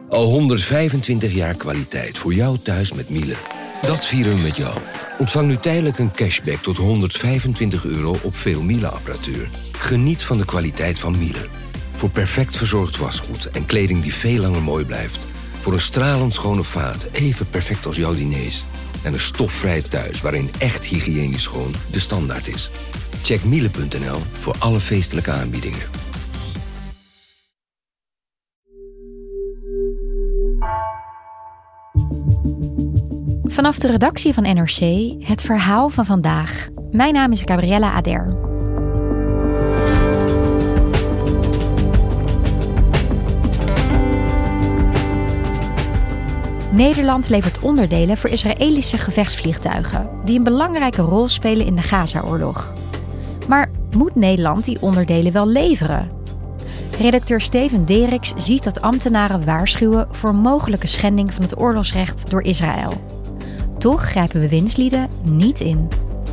Al 125 jaar kwaliteit voor jou thuis met Miele. Dat vieren we met jou. Ontvang nu tijdelijk een cashback tot €125 op veel Miele-apparatuur. Geniet van de kwaliteit van Miele. Voor perfect verzorgd wasgoed en kleding die veel langer mooi blijft. Voor een stralend schone vaat, even perfect als jouw diners. En een stofvrij thuis waarin echt hygiënisch schoon de standaard is. Check miele.nl voor alle feestelijke aanbiedingen. Vanaf de redactie van NRC het verhaal van vandaag. Mijn naam is Gabriella Ader. Nederland levert onderdelen voor Israëlische gevechtsvliegtuigen die een belangrijke rol spelen in de Gaza-oorlog. Maar moet Nederland die onderdelen wel leveren? Redacteur Steven Derricks ziet dat ambtenaren waarschuwen voor mogelijke schending van het oorlogsrecht door Israël. Toch grijpen bewindslieden niet in.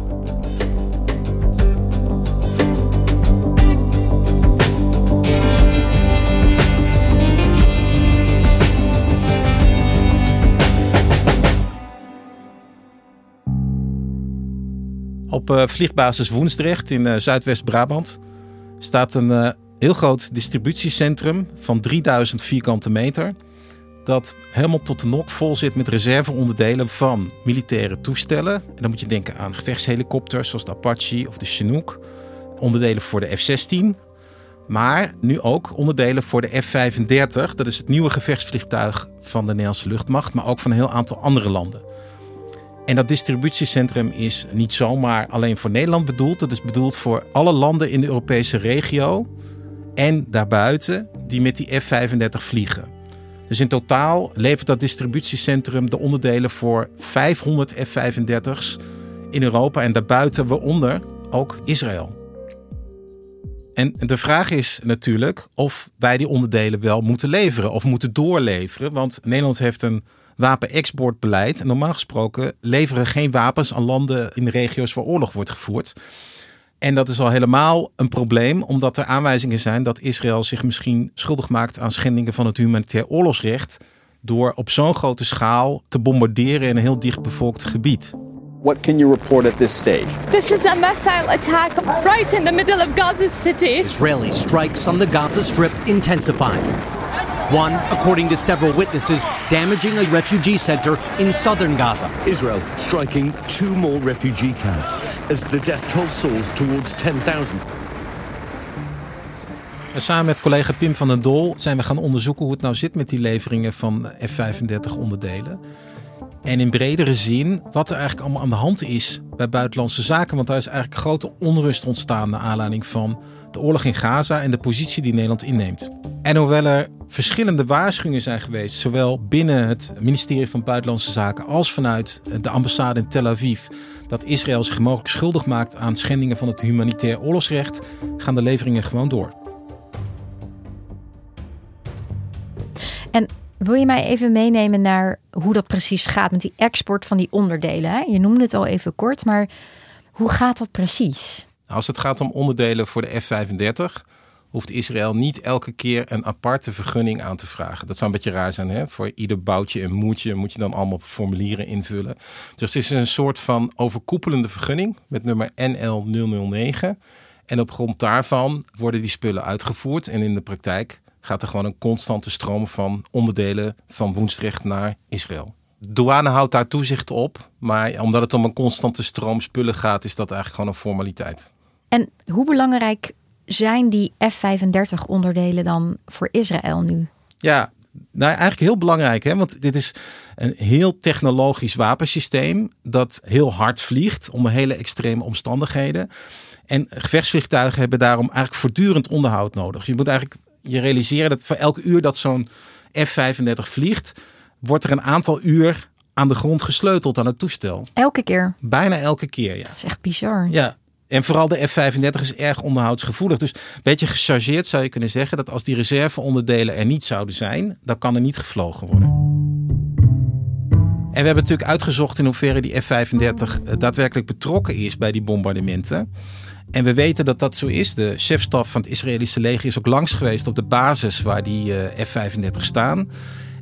Op vliegbasis Woensdrecht in Zuidwest-Brabant staat een heel groot distributiecentrum van 3000 vierkante meter. Dat helemaal tot de nok vol zit met reserveonderdelen van militaire toestellen. En dan moet je denken aan gevechtshelikopters zoals de Apache of de Chinook. Onderdelen voor de F-16. Maar nu ook onderdelen voor de F-35. Dat is het nieuwe gevechtsvliegtuig van de Nederlandse luchtmacht. Maar ook van een heel aantal andere landen. En dat distributiecentrum is niet zomaar alleen voor Nederland bedoeld. Het is bedoeld voor alle landen in de Europese regio en daarbuiten die met die F-35 vliegen. Dus in totaal levert dat distributiecentrum de onderdelen voor 500 F-35's in Europa en daarbuiten, waaronder ook Israël. En de vraag is natuurlijk of wij die onderdelen wel moeten leveren of moeten doorleveren. Want Nederland heeft een wapenexportbeleid. En normaal gesproken leveren geen wapens aan landen in de regio's waar oorlog wordt gevoerd. En dat is al helemaal een probleem, omdat er aanwijzingen zijn dat Israël zich misschien schuldig maakt aan schendingen van het humanitair oorlogsrecht door op zo'n grote schaal te bombarderen in een heel dichtbevolkt gebied. What can you report at this stage? This is a missile attack right in the middle of Gaza City. Israeli strikes on the Gaza Strip intensifying. One, according to several witnesses, damaging a refugee center in southern Gaza. Israel striking 2 more refugee camps as the death toll soars towards 10,000. Samen met collega Pim van den Doel zijn we gaan onderzoeken hoe het nou zit met die leveringen van F-35 onderdelen. En in bredere zin wat er eigenlijk allemaal aan de hand is bij buitenlandse zaken. Want daar is eigenlijk grote onrust ontstaan naar aanleiding van de oorlog in Gaza en de positie die Nederland inneemt. En hoewel er verschillende waarschuwingen zijn geweest, zowel binnen het ministerie van Buitenlandse Zaken als vanuit de ambassade in Tel Aviv, dat Israël zich mogelijk schuldig maakt aan schendingen van het humanitair oorlogsrecht, gaan de leveringen gewoon door. En wil je mij even meenemen naar hoe dat precies gaat met die export van die onderdelen? Hè? Je noemde het al even kort, maar hoe gaat dat precies? Als het gaat om onderdelen voor de F-35, hoeft Israël niet elke keer een aparte vergunning aan te vragen. Dat zou een beetje raar zijn, hè? Voor ieder boutje en moertje moet je dan allemaal formulieren invullen. Dus het is een soort van overkoepelende vergunning met nummer NL009. En op grond daarvan worden die spullen uitgevoerd. En in de praktijk gaat er gewoon een constante stroom van onderdelen van Woensdrecht naar Israël. De douane houdt daar toezicht op, maar omdat het om een constante stroom spullen gaat, is dat eigenlijk gewoon een formaliteit. En hoe belangrijk zijn die F-35 onderdelen dan voor Israël nu? Ja, nou eigenlijk heel belangrijk, hè? Want dit is een heel technologisch wapensysteem dat heel hard vliegt onder hele extreme omstandigheden. En gevechtsvliegtuigen hebben daarom eigenlijk voortdurend onderhoud nodig. Je moet eigenlijk je realiseren dat voor elke uur dat zo'n F-35 vliegt, wordt er een aantal uur aan de grond gesleuteld aan het toestel. Elke keer? Bijna elke keer, ja. Dat is echt bizar. Ja. En vooral de F-35 is erg onderhoudsgevoelig. Dus een beetje gechargeerd zou je kunnen zeggen dat als die reserveonderdelen er niet zouden zijn, dan kan er niet gevlogen worden. En we hebben natuurlijk uitgezocht in hoeverre die F-35 daadwerkelijk betrokken is bij die bombardementen. En we weten dat dat zo is. De chefstaf van het Israëlische leger is ook langs geweest op de basis waar die F-35 staan.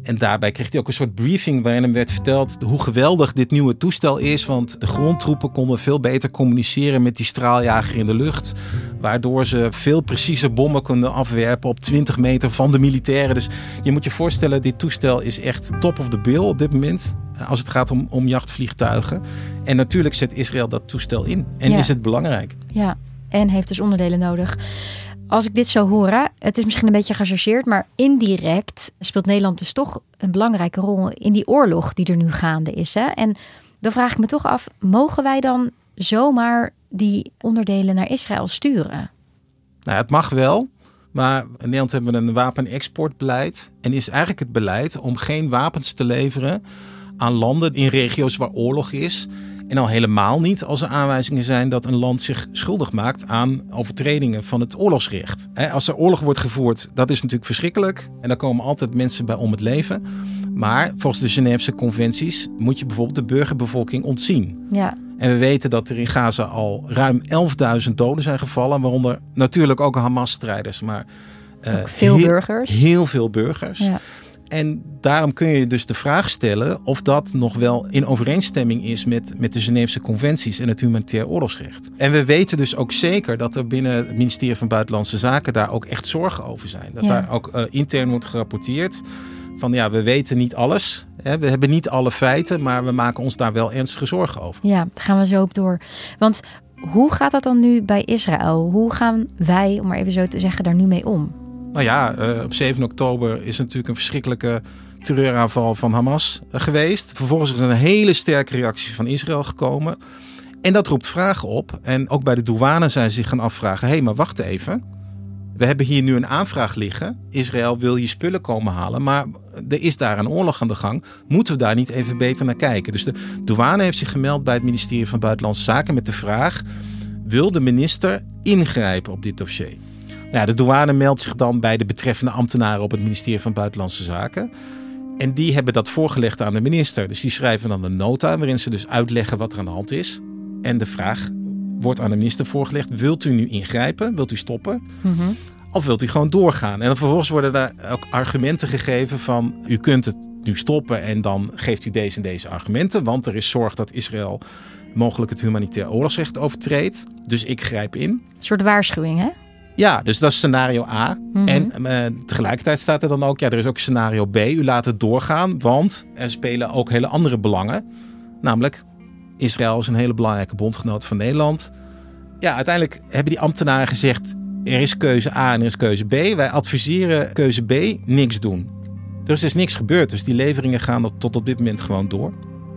En daarbij kreeg hij ook een soort briefing waarin hem werd verteld hoe geweldig dit nieuwe toestel is. Want de grondtroepen konden veel beter communiceren met die straaljager in de lucht. Waardoor ze veel preciezer bommen konden afwerpen op 20 meter van de militairen. Dus je moet je voorstellen, dit toestel is echt top of the bill op dit moment. Als het gaat om jachtvliegtuigen. En natuurlijk zet Israël dat toestel in. En is het belangrijk. Ja, en heeft dus onderdelen nodig. Als ik dit zo hoor, het is misschien een beetje gechargeerd, maar indirect speelt Nederland dus toch een belangrijke rol in die oorlog die er nu gaande is. Hè? En dan vraag ik me toch af, mogen wij dan zomaar die onderdelen naar Israël sturen? Nou, het mag wel, maar in Nederland hebben we een wapenexportbeleid. En is eigenlijk het beleid om geen wapens te leveren aan landen in regio's waar oorlog is. En al helemaal niet als er aanwijzingen zijn dat een land zich schuldig maakt aan overtredingen van het oorlogsrecht. Als er oorlog wordt gevoerd, dat is natuurlijk verschrikkelijk. En daar komen altijd mensen bij om het leven. Maar volgens de Geneefse conventies moet je bijvoorbeeld de burgerbevolking ontzien. Ja. En we weten dat er in Gaza al ruim 11.000 doden zijn gevallen. Waaronder natuurlijk ook Hamas-strijders. Maar veel burgers. Heel veel burgers. Ja. En daarom kun je dus de vraag stellen of dat nog wel in overeenstemming is met de Geneefse conventies en het humanitair oorlogsrecht. En we weten dus ook zeker dat er binnen het ministerie van Buitenlandse Zaken daar ook echt zorgen over zijn. Dat daar ook intern wordt gerapporteerd van we weten niet alles. Hè, we hebben niet alle feiten, maar we maken ons daar wel ernstige zorgen over. Ja, daar gaan we zo op door. Want hoe gaat dat dan nu bij Israël? Hoe gaan wij, om maar even zo te zeggen, daar nu mee om? Nou ja, op 7 oktober is natuurlijk een verschrikkelijke terreuraanval van Hamas geweest. Vervolgens is er een hele sterke reactie van Israël gekomen. En dat roept vragen op. En ook bij de douane zijn ze zich gaan afvragen. Maar wacht even. We hebben hier nu een aanvraag liggen. Israël wil je spullen komen halen. Maar er is daar een oorlog aan de gang. Moeten we daar niet even beter naar kijken? Dus de douane heeft zich gemeld bij het ministerie van Buitenlandse Zaken met de vraag: wil de minister ingrijpen op dit dossier? De douane meldt zich dan bij de betreffende ambtenaren op het ministerie van Buitenlandse Zaken. En die hebben dat voorgelegd aan de minister. Dus die schrijven dan een nota waarin ze dus uitleggen wat er aan de hand is. En de vraag wordt aan de minister voorgelegd: wilt u nu ingrijpen? Wilt u stoppen? Mm-hmm. Of wilt u gewoon doorgaan? En dan vervolgens worden daar ook argumenten gegeven van: u kunt het nu stoppen en dan geeft u deze en deze argumenten. Want er is zorg dat Israël mogelijk het humanitair oorlogsrecht overtreedt. Dus ik grijp in. Een soort waarschuwing, hè? Ja, dus dat is scenario A. Mm-hmm. En tegelijkertijd staat er dan ook: er is ook scenario B. U laat het doorgaan, want er spelen ook hele andere belangen. Namelijk, Israël is een hele belangrijke bondgenoot van Nederland. Ja, uiteindelijk hebben die ambtenaren gezegd: er is keuze A en er is keuze B. Wij adviseren keuze B, niks doen. Dus er is niks gebeurd. Dus die leveringen gaan tot op dit moment gewoon door.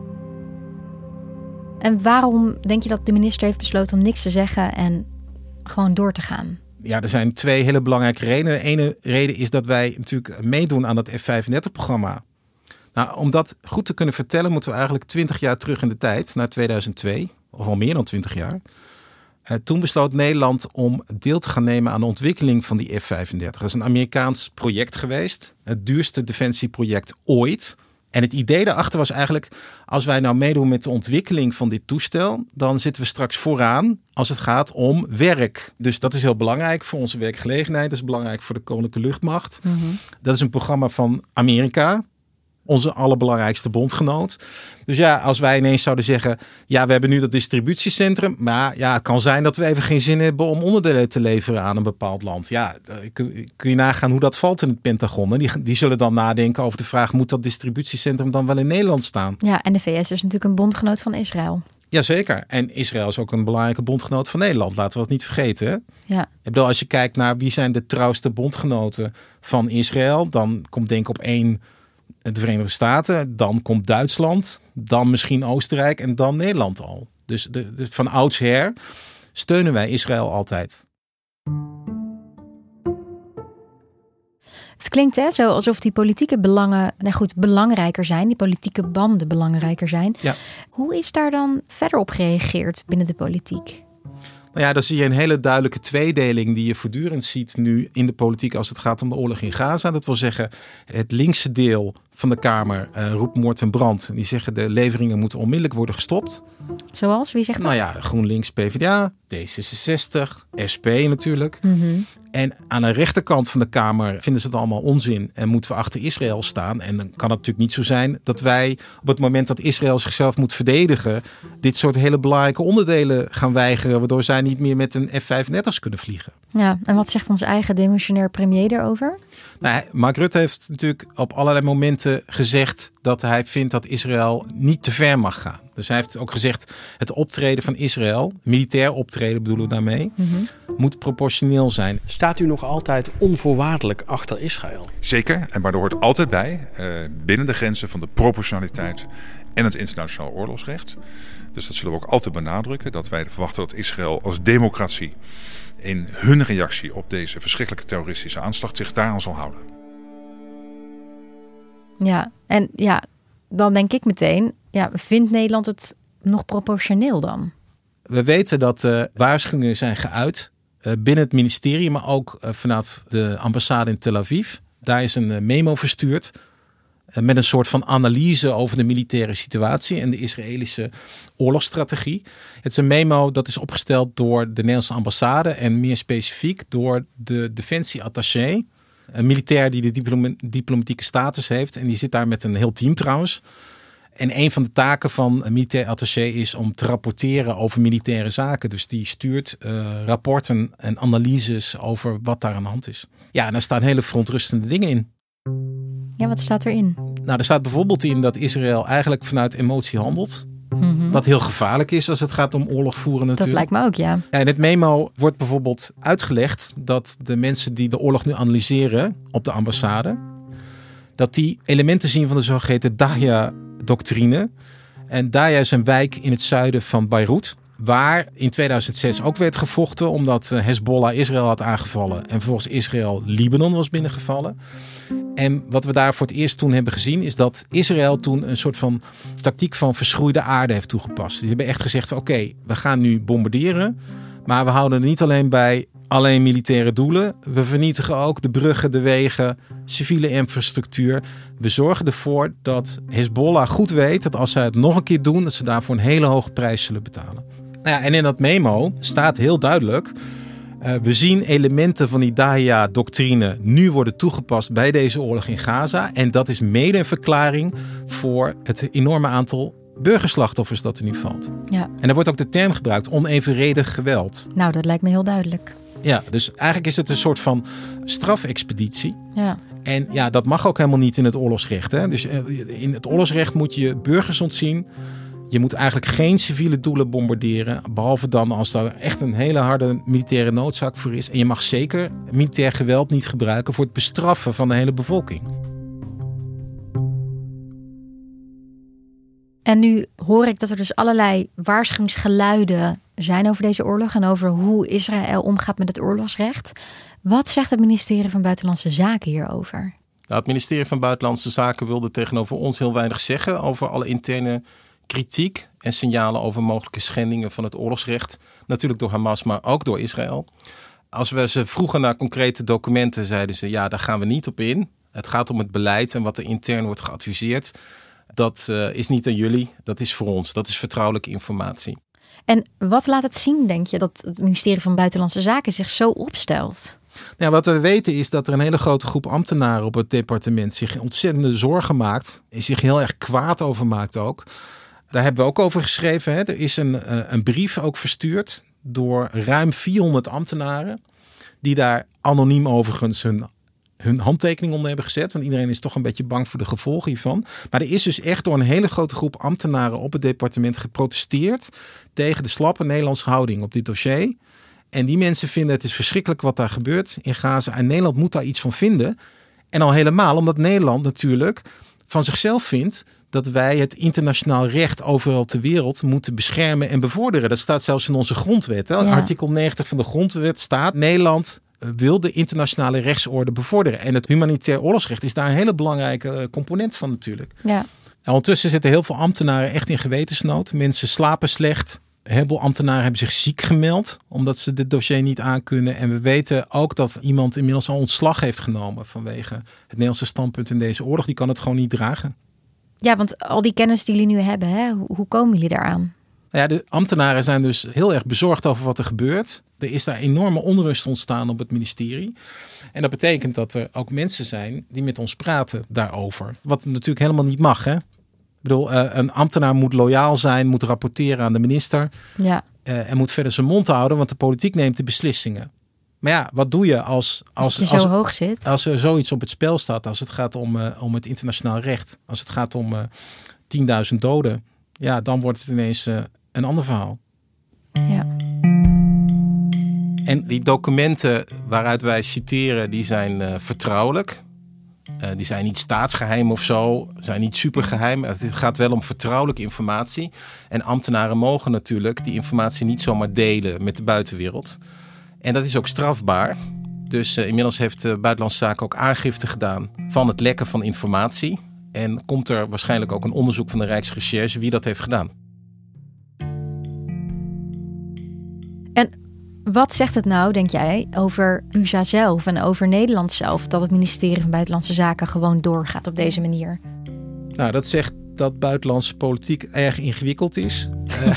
En waarom denk je dat de minister heeft besloten om niks te zeggen en gewoon door te gaan? Ja, er zijn 2 hele belangrijke redenen. De ene reden is dat wij natuurlijk meedoen aan dat F-35-programma. Nou, om dat goed te kunnen vertellen moeten we eigenlijk 20 jaar terug in de tijd, naar 2002, of al meer dan 20 jaar. Toen besloot Nederland om deel te gaan nemen aan de ontwikkeling van die F-35. Dat is een Amerikaans project geweest. Het duurste defensieproject ooit. En het idee daarachter was eigenlijk: als wij nou meedoen met de ontwikkeling van dit toestel, dan zitten we straks vooraan als het gaat om werk. Dus dat is heel belangrijk voor onze werkgelegenheid. Dat is belangrijk voor de Koninklijke Luchtmacht. Mm-hmm. Dat is een programma van Amerika, onze allerbelangrijkste bondgenoot. Dus ja, als wij ineens zouden zeggen: ja, we hebben nu dat distributiecentrum, maar ja, het kan zijn dat we even geen zin hebben om onderdelen te leveren aan een bepaald land. Ja, kun je nagaan hoe dat valt in het Pentagon. En die zullen dan nadenken over de vraag: moet dat distributiecentrum dan wel in Nederland staan? Ja, en de VS is natuurlijk een bondgenoot van Israël. Jazeker. En Israël is ook een belangrijke bondgenoot van Nederland. Laten we dat niet vergeten. Hè? Ja. Ik bedoel, als je kijkt naar wie zijn de trouwste bondgenoten van Israël, dan komt denk ik op 1 de Verenigde Staten, dan komt Duitsland, dan misschien Oostenrijk en dan Nederland al. Dus van oudsher steunen wij Israël altijd. Het klinkt zo alsof die politieke belangen belangrijker zijn, die politieke banden belangrijker zijn. Ja. Hoe is daar dan verder op gereageerd binnen de politiek? Nou ja, dan zie je een hele duidelijke tweedeling die je voortdurend ziet nu in de politiek als het gaat om de oorlog in Gaza. Dat wil zeggen, het linkse deel van de Kamer roept moord en brand. Die zeggen de leveringen moeten onmiddellijk worden gestopt. Zoals? Wie zegt dat? Nou ja, GroenLinks, PvdA, D66, SP natuurlijk. Mm-hmm. En aan de rechterkant van de Kamer vinden ze het allemaal onzin en moeten we achter Israël staan. En dan kan het natuurlijk niet zo zijn dat wij op het moment dat Israël zichzelf moet verdedigen, dit soort hele belangrijke onderdelen gaan weigeren, waardoor zij niet meer met een F-35's kunnen vliegen. Ja, en wat zegt ons eigen demissionair premier daarover? Nou, Mark Rutte heeft natuurlijk op allerlei momenten gezegd dat hij vindt dat Israël niet te ver mag gaan. Dus hij heeft ook gezegd, het optreden van Israël, militair optreden bedoelen we daarmee, moet proportioneel zijn. Staat u nog altijd onvoorwaardelijk achter Israël? Zeker, maar er hoort altijd bij, binnen de grenzen van de proportionaliteit en het internationaal oorlogsrecht. Dus dat zullen we ook altijd benadrukken, dat wij verwachten dat Israël als democratie in hun reactie op deze verschrikkelijke terroristische aanslag zich daaraan zal houden. Ja, en ja, dan denk ik meteen, ja, vindt Nederland het nog proportioneel dan? We weten dat waarschuwingen zijn geuit binnen het ministerie, maar ook vanaf de ambassade in Tel Aviv. Daar is een memo verstuurd met een soort van analyse over de militaire situatie en de Israëlische oorlogsstrategie. Het is een memo dat is opgesteld door de Nederlandse ambassade en meer specifiek door de defensieattaché. Een militair die de diplomatieke status heeft en die zit daar met een heel team trouwens. En een van de taken van een militair attaché is om te rapporteren over militaire zaken. Dus die stuurt rapporten en analyses over wat daar aan de hand is. Ja, en daar staan hele verontrustende dingen in. Ja, wat staat erin? Nou, er staat bijvoorbeeld in dat Israël eigenlijk vanuit emotie handelt. Mm-hmm. Wat heel gevaarlijk is als het gaat om oorlog voeren natuurlijk. Dat lijkt me ook, ja. En in het memo wordt bijvoorbeeld uitgelegd dat de mensen die de oorlog nu analyseren op de ambassade, dat die elementen zien van de zogeheten Dahya-doctrine. En Dahya is een wijk in het zuiden van Beirut, waar in 2006 ook werd gevochten omdat Hezbollah Israël had aangevallen en vervolgens Israël Libanon was binnengevallen. En wat we daar voor het eerst toen hebben gezien is dat Israël toen een soort van tactiek van verschroeide aarde heeft toegepast. Die hebben echt gezegd van oké, we gaan nu bombarderen, maar we houden er niet alleen bij alleen militaire doelen. We vernietigen ook de bruggen, de wegen, civiele infrastructuur. We zorgen ervoor dat Hezbollah goed weet dat als zij het nog een keer doen, dat ze daarvoor een hele hoge prijs zullen betalen. Nou ja, en in dat memo staat heel duidelijk, we zien elementen van die Dahya-doctrine nu worden toegepast bij deze oorlog in Gaza. En dat is mede een verklaring voor het enorme aantal burgerslachtoffers dat er nu valt. Ja. En er wordt ook de term gebruikt, onevenredig geweld. Nou, dat lijkt me heel duidelijk. Ja, dus eigenlijk is het een soort van strafexpeditie. Ja. En ja, dat mag ook helemaal niet in het oorlogsrecht. Hè? Dus in het oorlogsrecht moet je burgers ontzien. Je moet eigenlijk geen civiele doelen bombarderen, behalve dan als daar echt een hele harde militaire noodzaak voor is. En je mag zeker militair geweld niet gebruiken voor het bestraffen van de hele bevolking. En nu hoor ik dat er dus allerlei waarschuwingsgeluiden zijn over deze oorlog en over hoe Israël omgaat met het oorlogsrecht. Wat zegt het ministerie van Buitenlandse Zaken hierover? Nou, het ministerie van Buitenlandse Zaken wilde tegenover ons heel weinig zeggen over alle interne kritiek en signalen over mogelijke schendingen van het oorlogsrecht. Natuurlijk door Hamas, maar ook door Israël. Als we ze vroegen naar concrete documenten, zeiden ze ja, daar gaan we niet op in. Het gaat om het beleid en wat er intern wordt geadviseerd. Dat is niet aan jullie, dat is voor ons. Dat is vertrouwelijke informatie. En wat laat het zien, denk je, dat het ministerie van Buitenlandse Zaken zich zo opstelt? Nou, wat we weten is dat er een hele grote groep ambtenaren op het departement zich ontzettende zorgen maakt. En zich heel erg kwaad over maakt ook. Daar hebben we ook over geschreven. Hè. Er is een brief ook verstuurd door ruim 400 ambtenaren. Die daar anoniem overigens hun handtekening onder hebben gezet. Want iedereen is toch een beetje bang voor de gevolgen hiervan. Maar er is dus echt door een hele grote groep ambtenaren op het departement geprotesteerd tegen de slappe Nederlandse houding op dit dossier. En die mensen vinden het is verschrikkelijk wat daar gebeurt in Gaza. En Nederland moet daar iets van vinden. En al helemaal omdat Nederland natuurlijk van zichzelf vindt dat wij het internationaal recht overal ter wereld moeten beschermen en bevorderen. Dat staat zelfs in onze grondwet. Hè? Ja. Artikel 90 van de grondwet staat: Nederland wil de internationale rechtsorde bevorderen. En het humanitair oorlogsrecht is daar een hele belangrijke component van natuurlijk. Ja. En ondertussen zitten heel veel ambtenaren echt in gewetensnood. Mensen slapen slecht. Een heleboel ambtenaren hebben zich ziek gemeld omdat ze dit dossier niet aankunnen. En we weten ook dat iemand inmiddels al ontslag heeft genomen vanwege het Nederlandse standpunt in deze oorlog. Die kan het gewoon niet dragen. Ja, want al die kennis die jullie nu hebben, hè, hoe komen jullie daaraan? Ja, de ambtenaren zijn dus heel erg bezorgd over wat er gebeurt. Er is daar enorme onrust ontstaan op het ministerie. En dat betekent dat er ook mensen zijn die met ons praten daarover. Wat natuurlijk helemaal niet mag, hè? Ik bedoel, een ambtenaar moet loyaal zijn, moet rapporteren aan de minister. Ja. En moet verder zijn mond houden, want de politiek neemt de beslissingen. Maar ja, wat doe je als je zo hoog zit? Als er zoiets op het spel staat, als het gaat om het internationaal recht, als het gaat om 10.000 doden, ja, dan wordt het ineens een ander verhaal. Ja. En die documenten waaruit wij citeren, die zijn vertrouwelijk. Die zijn niet staatsgeheim of zo, zijn niet supergeheim. Het gaat wel om vertrouwelijke informatie. En ambtenaren mogen natuurlijk die informatie niet zomaar delen met de buitenwereld. En dat is ook strafbaar. Dus inmiddels heeft Buitenlandse Zaken ook aangifte gedaan van het lekken van informatie. En komt er waarschijnlijk ook een onderzoek van de Rijksrecherche wie dat heeft gedaan. En wat zegt het nou, denk jij, over USA zelf en over Nederland zelf, dat het ministerie van Buitenlandse Zaken gewoon doorgaat op deze manier? Nou, dat zegt dat buitenlandse politiek erg ingewikkeld is.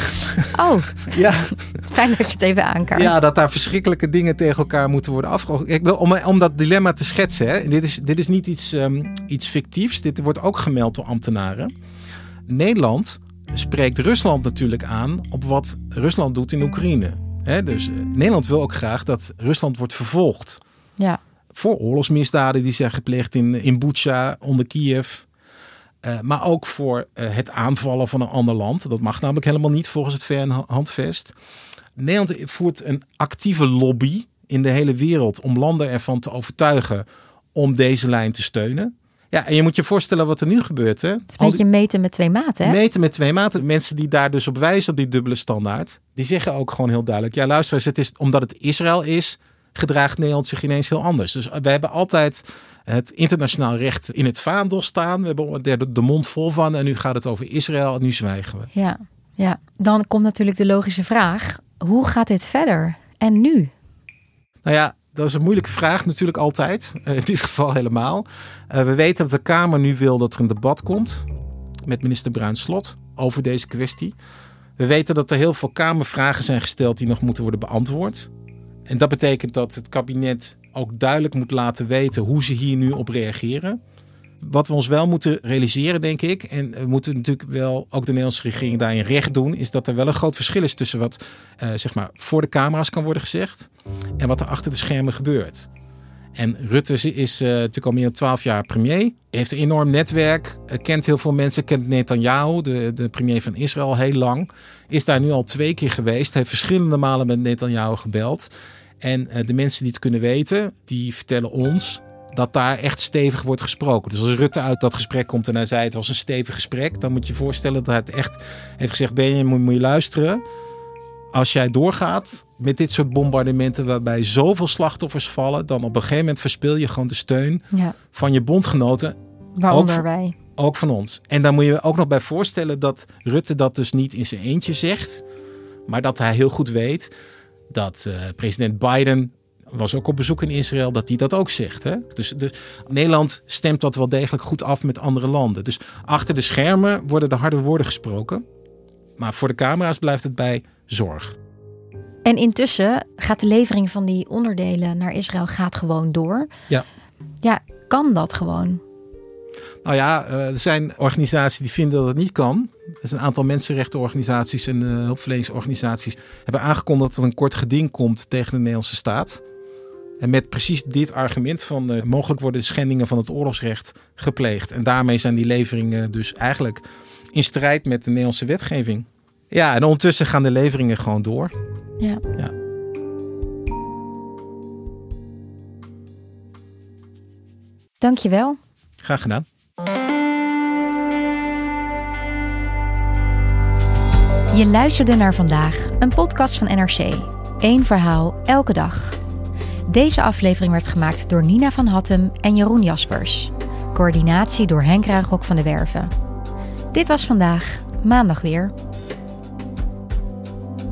Oh, ja. Fijn dat je het even aankaart. Ja, dat daar verschrikkelijke dingen tegen elkaar moeten worden afgewogen. Om dat dilemma te schetsen, hè. Dit is niet iets fictiefs. Dit wordt ook gemeld door ambtenaren. Nederland spreekt Rusland natuurlijk aan op wat Rusland doet in Oekraïne. Dus Nederland wil ook graag dat Rusland wordt vervolgd. Ja. Voor oorlogsmisdaden die zijn gepleegd in Bucha, onder Kiev. Maar ook voor het aanvallen van een ander land. Dat mag namelijk helemaal niet volgens het VN-handvest. Nederland voert een actieve lobby in de hele wereld om landen ervan te overtuigen om deze lijn te steunen. Ja, en je moet je voorstellen wat er nu gebeurt. Hè? Het is een beetje meten met twee maten. Hè? Meten met twee maten. Mensen die daar dus op wijzen, op die dubbele standaard, die zeggen ook gewoon heel duidelijk, ja, luister eens, het is omdat het Israël is, gedraagt Nederland zich ineens heel anders. Dus we hebben altijd het internationaal recht in het vaandel staan. We hebben er de mond vol van en nu gaat het over Israël en nu zwijgen we. Ja. Dan komt natuurlijk de logische vraag, hoe gaat dit verder? En nu? Nou ja, dat is een moeilijke vraag natuurlijk altijd. In dit geval helemaal. We weten dat de Kamer nu wil dat er een debat komt met minister Bruins-Slot over deze kwestie. We weten dat er heel veel Kamervragen zijn gesteld die nog moeten worden beantwoord. En dat betekent dat het kabinet ook duidelijk moet laten weten hoe ze hier nu op reageren. Wat we ons wel moeten realiseren, denk ik, en we moeten natuurlijk wel ook de Nederlandse regering daarin recht doen, is dat er wel een groot verschil is tussen wat zeg maar voor de camera's kan worden gezegd en wat er achter de schermen gebeurt. En Rutte is natuurlijk al meer dan 12 jaar premier, heeft een enorm netwerk, kent heel veel mensen, kent Netanyahu, de premier van Israël, heel lang. Is daar nu al 2 keer geweest, heeft verschillende malen met Netanyahu gebeld. En de mensen die het kunnen weten, die vertellen ons dat daar echt stevig wordt gesproken. Dus als Rutte uit dat gesprek komt en hij zei het was een stevig gesprek, dan moet je je voorstellen dat hij het echt heeft gezegd, Benjamin, moet je luisteren. Als jij doorgaat met dit soort bombardementen waarbij zoveel slachtoffers vallen, dan op een gegeven moment verspil je gewoon de steun van je bondgenoten. Waaronder wij. Ook van ons. En daar moet je ook nog bij voorstellen dat Rutte dat dus niet in zijn eentje zegt, maar dat hij heel goed weet dat president Biden was ook op bezoek in Israël, dat hij dat ook zegt. Hè? Dus Nederland stemt dat wel degelijk goed af met andere landen. Dus achter de schermen worden de harde woorden gesproken. Maar voor de camera's blijft het bij zorg. En intussen gaat de levering van die onderdelen naar Israël gewoon door. Ja, kan dat gewoon? Nou ja, er zijn organisaties die vinden dat het niet kan. Er zijn een aantal mensenrechtenorganisaties en hulpverleningsorganisaties hebben aangekondigd dat er een kort geding komt tegen de Nederlandse staat. En met precies dit argument van mogelijk worden de schendingen van het oorlogsrecht gepleegd. En daarmee zijn die leveringen dus eigenlijk in strijd met de Nederlandse wetgeving. Ja, en ondertussen gaan de leveringen gewoon door. Ja. Dankjewel. Graag gedaan. Je luisterde naar Vandaag, een podcast van NRC. 1 verhaal, elke dag. Deze aflevering werd gemaakt door Nina van Hattem en Jeroen Jaspers. Coördinatie door Henk Ruigrok van de Werven. Dit was Vandaag, maandag weer.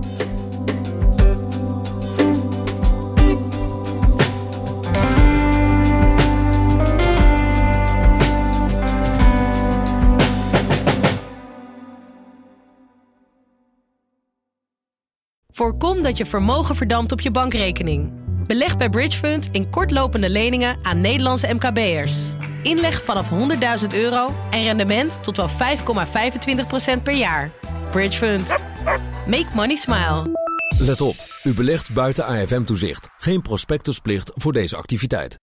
Voorkom dat je vermogen verdampt op je bankrekening. Beleg bij Bridgefund in kortlopende leningen aan Nederlandse MKB'ers. Inleg vanaf €100.000 en rendement tot wel 5,25% per jaar. Bridgefund. Make money smile. Let op, u belegt buiten AFM-toezicht. Geen prospectusplicht voor deze activiteit.